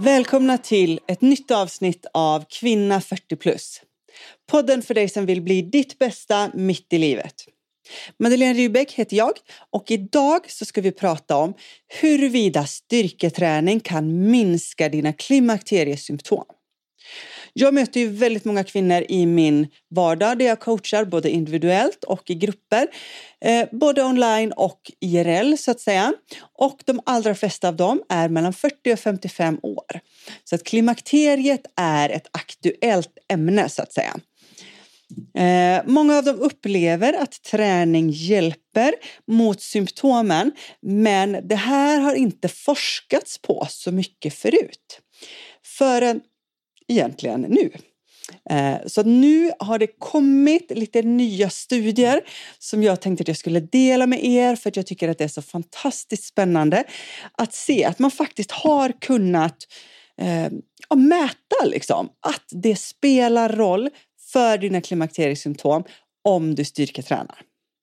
Välkomna till ett nytt avsnitt av Kvinna 40+. Podden för dig som vill bli ditt bästa mitt i livet. Madeleine Rybäck heter jag och idag så ska vi prata om huruvida styrketräning kan minska dina klimakteriesymptom. Jag möter ju väldigt många kvinnor i min vardag där jag coachar både individuellt och i grupper. Både online och IRL så att säga. Och de allra flesta av dem är mellan 40 och 55 år. Så att klimakteriet är ett aktuellt ämne så att säga. Många av dem upplever att träning hjälper mot symptomen. Men det här har inte forskats på så mycket förut. Förrän egentligen nu. Så nu har det kommit lite nya studier som jag tänkte att jag skulle dela med er för att jag tycker att det är så fantastiskt spännande att se att man faktiskt har kunnat mäta liksom, att det spelar roll för dina klimakteriesymptom om du styrketränar.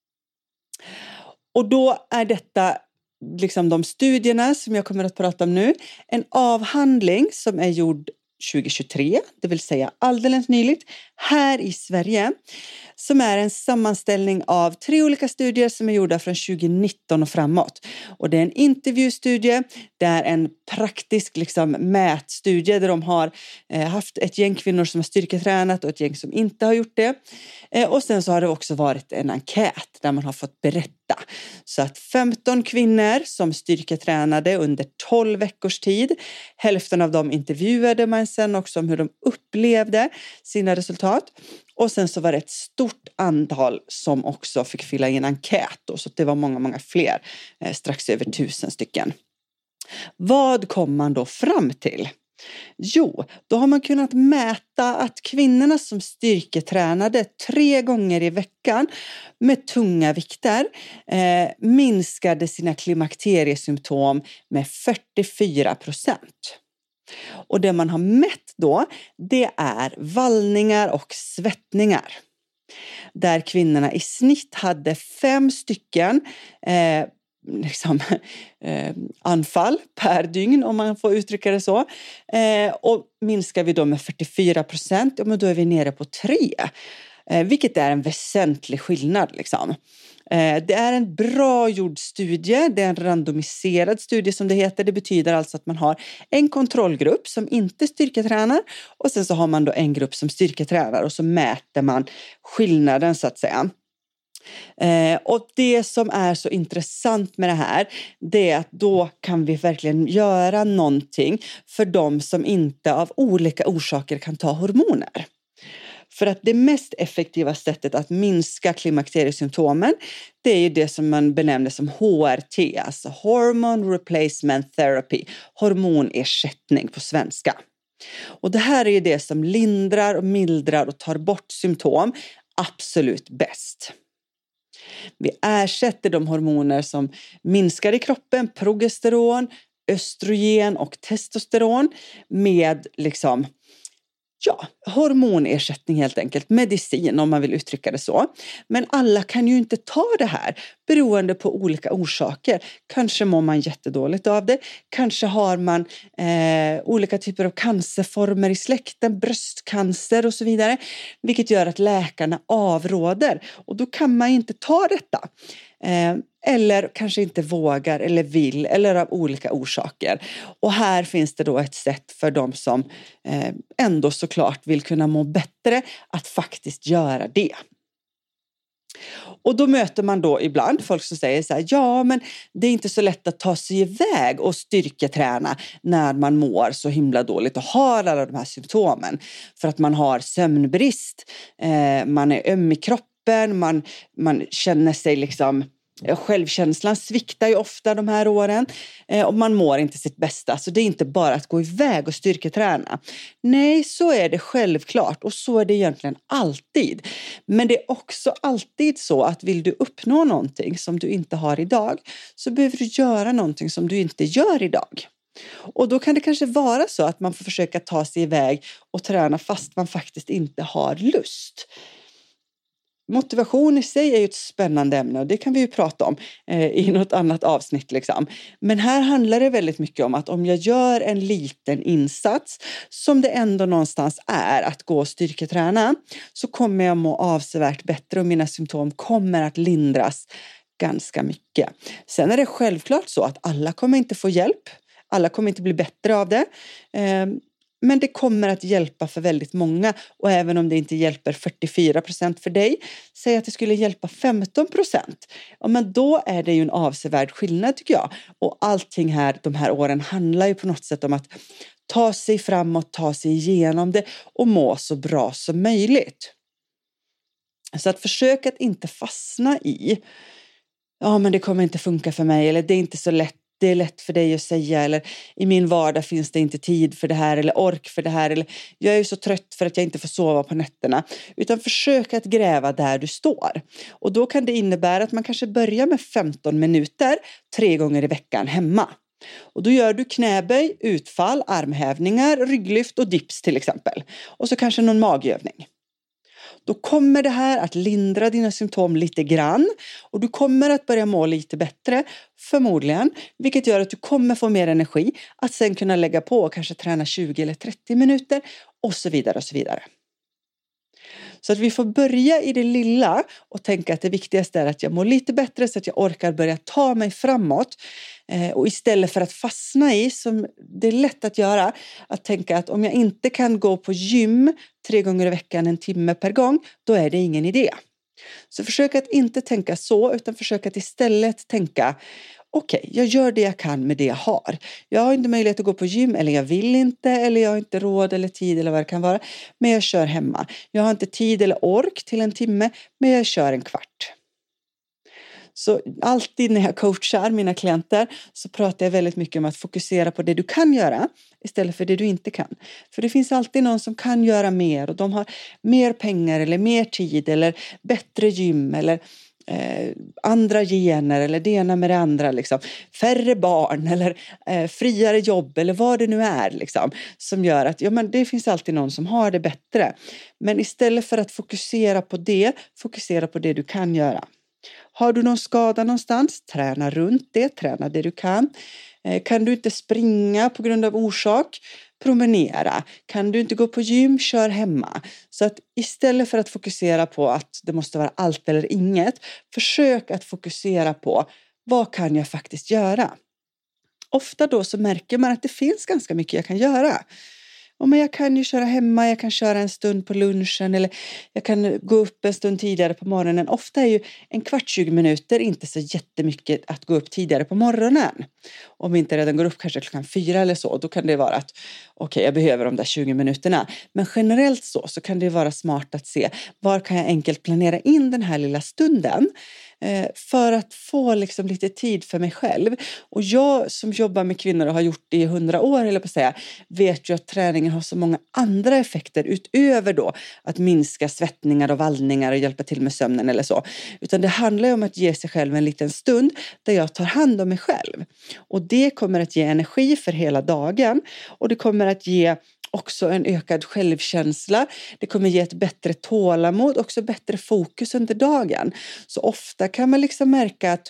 Och då är detta liksom de studierna som jag kommer att prata om nu en avhandling som är gjord 2023, det vill säga alldeles nyligt, här i Sverige, som är en sammanställning av 3 olika studier som är gjorda från 2019 och framåt. Och det är en intervjustudie, det är en praktisk mätstudie där de har haft ett gäng kvinnor som har styrketränat och ett gäng som inte har gjort det. Och sen så har det också varit en enkät där man har fått berätta. Så att 15 kvinnor som styrketränade under 12 veckors tid. Hälften av dem intervjuade man sen också om hur de upplevde sina resultat. Och sen så var det ett stort antal som också fick fylla in enkät. Så det var många fler, strax över 1000 stycken. Vad kom man då fram till? Jo, då har man kunnat mäta att kvinnorna som styrketränade 3 gånger i veckan med tunga vikter minskade sina klimakteriesymptom med 44%. Och det man har mätt då, det är vallningar och svettningar. Där kvinnorna i snitt hade 5 stycken anfall per dygn om man får uttrycka det så. Och minskar vi då med 44%, men då är vi nere på 3. Vilket är en väsentlig skillnad liksom. Det är en bra gjord studie, det är en randomiserad studie som det heter. Det betyder alltså att man har en kontrollgrupp som inte styrketränar och sen så har man då en grupp som styrketränar och så mäter man skillnaden så att säga. Och det som är så intressant med det här, det är att då kan vi verkligen göra någonting för de som inte av olika orsaker kan ta hormoner. För att det mest effektiva sättet att minska klimakteriesymptomen, det är ju det som man benämner som HRT, alltså Hormone Replacement Therapy, hormonersättning på svenska. Och det här är ju det som lindrar och mildrar och tar bort symptom absolut bäst. Vi ersätter de hormoner som minskar i kroppen, progesteron, östrogen och testosteron med hormonersättning helt enkelt, medicin om man vill uttrycka det så. Men alla kan ju inte ta det här beroende på olika orsaker. Kanske mår man jättedåligt av det. Kanske har man olika typer av cancerformer i släkten, bröstcancer och så vidare. Vilket gör att läkarna avråder och då kan man inte ta detta. Eller kanske inte vågar eller vill eller av olika orsaker. Och här finns det då ett sätt för de som ändå såklart vill kunna må bättre att faktiskt göra det. Och då möter man då ibland folk som säger så här, ja men det är inte så lätt att ta sig iväg och styrketräna när man mår så himla dåligt och har alla de här symptomen. För att man har sömnbrist, man är öm i kroppen, man känner sig självkänslan sviktar ju ofta de här åren och man mår inte sitt bästa. Så det är inte bara att gå iväg och styrketräna. Nej, så är det självklart och så är det egentligen alltid. Men det är också alltid så att vill du uppnå någonting som du inte har idag så behöver du göra någonting som du inte gör idag. Och då kan det kanske vara så att man får försöka ta sig iväg och träna fast man faktiskt inte har lust. motivation i sig är ju ett spännande ämne och det kan vi ju prata om i något annat avsnitt liksom. Men här handlar det väldigt mycket om att om jag gör en liten insats som det ändå någonstans är att gå och styrketräna, så kommer jag må avsevärt bättre och mina symptom kommer att lindras ganska mycket. Sen är det självklart så att alla kommer inte få hjälp. Alla kommer inte bli bättre av det. Men det kommer att hjälpa för väldigt många. Och även om det inte hjälper 44% för dig, säg att det skulle hjälpa 15%. Ja, men då är det ju en avsevärd skillnad tycker jag. Och allting här, de här åren handlar ju på något sätt om att ta sig framåt, ta sig igenom det och må så bra som möjligt. Så att försöka att inte fastna i, ja men det kommer inte funka för mig, eller det är inte så lätt. Det är lätt för dig att säga, eller i min vardag finns det inte tid för det här eller ork för det här, eller jag är ju så trött för att jag inte får sova på nätterna. Utan försök att gräva där du står. Och då kan det innebära att man kanske börjar med 15 minuter 3 gånger i veckan hemma. Och då gör du knäböj, utfall, armhävningar, rygglyft och dips till exempel. Och så kanske någon magövning. Då kommer det här att lindra dina symptom lite grann och du kommer att börja må lite bättre förmodligen, vilket gör att du kommer få mer energi att sen kunna lägga på och kanske träna 20 eller 30 minuter och så vidare och så vidare. Så att vi får börja i det lilla och tänka att det viktigaste är att jag mår lite bättre så att jag orkar börja ta mig framåt. Och istället för att fastna i, som det är lätt att göra, att tänka att om jag inte kan gå på gym 3 gånger i veckan 1 timme per gång, då är det ingen idé. Så försök att inte tänka så, utan försök att istället tänka, okej, jag gör det jag kan med det jag har. Jag har inte möjlighet att gå på gym, eller jag vill inte, eller jag har inte råd eller tid eller vad det kan vara. Men jag kör hemma. Jag har inte tid eller ork till 1 timme, men jag kör 1 kvart. Så alltid när jag coachar mina klienter så pratar jag väldigt mycket om att fokusera på det du kan göra istället för det du inte kan. För det finns alltid någon som kan göra mer och de har mer pengar eller mer tid eller bättre gym eller andra gener eller det ena med det andra liksom. Färre barn eller friare jobb eller vad det nu är liksom, som gör att ja, men det finns alltid någon som har det bättre. Men istället för att fokusera på det, fokusera på det du kan göra. Har du någon skada någonstans? Träna runt det, träna det du kan. Kan du inte springa på grund av orsak? Promenera. Kan du inte gå på gym? Kör hemma. Så att istället för att fokusera på att det måste vara allt eller inget, försök att fokusera på vad kan jag faktiskt göra? Ofta då så märker man att det finns ganska mycket jag kan göra. Men jag kan ju köra hemma, jag kan köra en stund på lunchen eller jag kan gå upp en stund tidigare på morgonen. Ofta är ju 15-20 minuter inte så jättemycket att gå upp tidigare på morgonen. Om vi inte redan går upp kanske 4 eller så, då kan det vara att okej, jag behöver de där 20 minuterna. Men generellt så kan det vara smart att se var kan jag enkelt planera in den här lilla stunden. För att få liksom lite tid för mig själv. Och jag som jobbar med kvinnor och har gjort det i 100 år eller på att säga, vet ju att träningen har så många andra effekter utöver då att minska svettningar och vallningar och hjälpa till med sömnen eller så. Utan det handlar ju om att ge sig själv en liten stund där jag tar hand om mig själv. Och det kommer att ge energi för hela dagen och det kommer att ge också en ökad självkänsla. Det kommer ge ett bättre tålamod, också bättre fokus under dagen. Så ofta kan man liksom märka att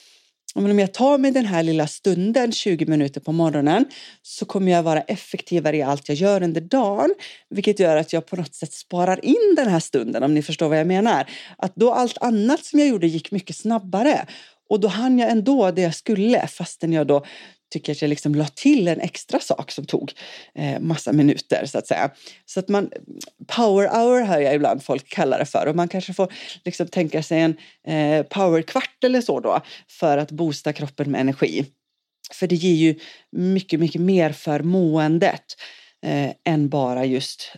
om jag tar mig den här lilla stunden, 20 minuter på morgonen, så kommer jag vara effektivare i allt jag gör under dagen. Vilket gör att jag på något sätt sparar in den här stunden, om ni förstår vad jag menar. Att då allt annat som jag gjorde gick mycket snabbare. Och då hann jag ändå det jag skulle, fastän jag då tycker att jag liksom la till en extra sak som tog massa minuter så att säga. Så att man, power hour hör jag ibland folk kallar det för. Och man kanske får liksom tänka sig en power kvart eller så då. För att boosta kroppen med energi. För det ger ju mycket, mycket mer för måendet. Än bara just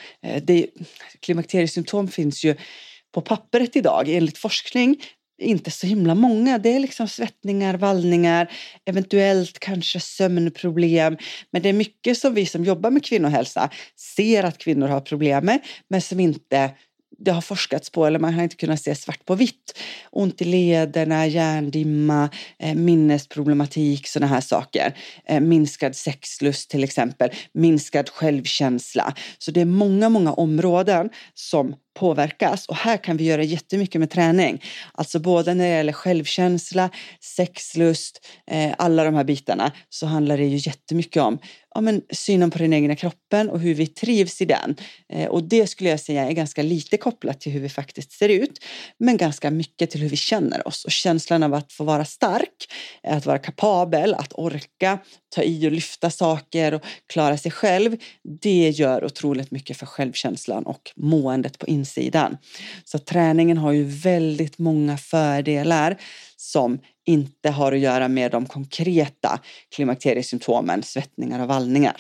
klimakteriesymptom finns ju på pappret idag enligt forskning. Inte så himla många. Det är liksom svettningar, vallningar, eventuellt kanske sömnproblem. Men det är mycket som vi som jobbar med kvinnohälsa ser att kvinnor har problem med. Men som inte det har forskats på eller man har inte kunnat se svart på vitt. Ont i lederna, hjärndimma, minnesproblematik, sådana här saker. Minskad sexlust till exempel, minskad självkänsla. Så det är många, många områden som påverkas. Och här kan vi göra jättemycket med träning. Alltså både när det gäller självkänsla, sexlust, alla de här bitarna, så handlar det ju jättemycket om synen på den egna kroppen och hur vi trivs i den. Och det skulle jag säga är ganska lite kopplat till hur vi faktiskt ser ut, men ganska mycket till hur vi känner oss. Och känslan av att få vara stark, att vara kapabel, att orka, ta i och lyfta saker och klara sig själv, det gör otroligt mycket för självkänslan och måendet på insidan. Så träningen har ju väldigt många fördelar som inte har att göra med de konkreta klimakteriesymptomen, svettningar och vallningar.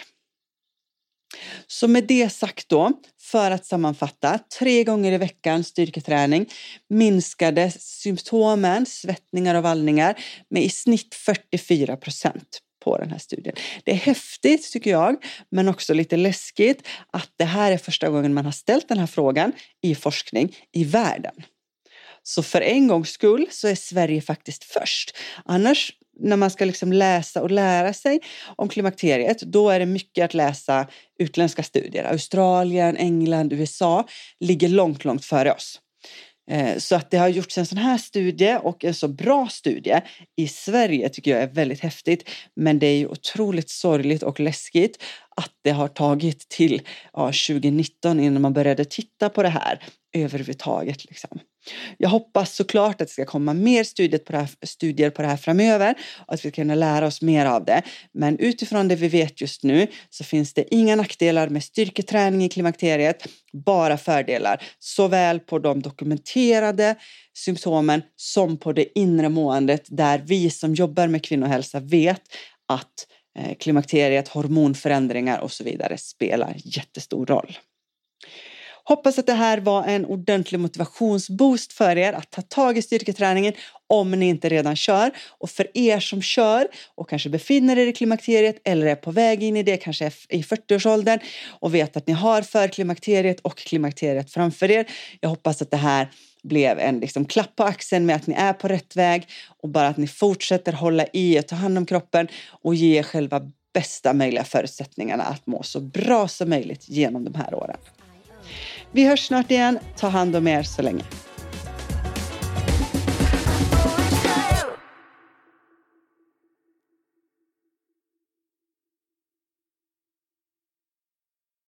Så med det sagt då, för att sammanfatta, 3 gånger i veckan styrketräning minskade symptomen, svettningar och vallningar med i snitt 44% på den här studien. Det är häftigt tycker jag, men också lite läskigt att det här är första gången man har ställt den här frågan i forskning i världen. Så för en gångs skull så är Sverige faktiskt först. Annars när man ska liksom läsa och lära sig om klimakteriet, då är det mycket att läsa utländska studier. Australien, England, USA ligger långt före oss. Så att det har gjorts en sån här studie och en så bra studie i Sverige tycker jag är väldigt häftigt. Men det är ju otroligt sorgligt och läskigt att det har tagit till 2019 innan man började titta på det här överhuvudtaget liksom. Jag hoppas såklart att det ska komma mer studier på det här framöver och att vi ska kunna lära oss mer av det. Men utifrån det vi vet just nu så finns det inga nackdelar med styrketräning i klimakteriet, bara fördelar. Såväl på de dokumenterade symptomen som på det inre måendet där vi som jobbar med kvinnohälsa vet att klimakteriet, hormonförändringar och så vidare spelar jättestor roll. Hoppas att det här var en ordentlig motivationsboost för er att ta tag i styrketräningen om ni inte redan kör. Och för er som kör och kanske befinner er i klimakteriet eller är på väg in i det, kanske i 40-årsåldern och vet att ni har förklimakteriet och klimakteriet framför er. Jag hoppas att det här blev en liksom klapp på axeln med att ni är på rätt väg och bara att ni fortsätter hålla i och ta hand om kroppen och ge själva bästa möjliga förutsättningarna att må så bra som möjligt genom de här åren. Vi hörs snart igen. Ta hand om er så länge.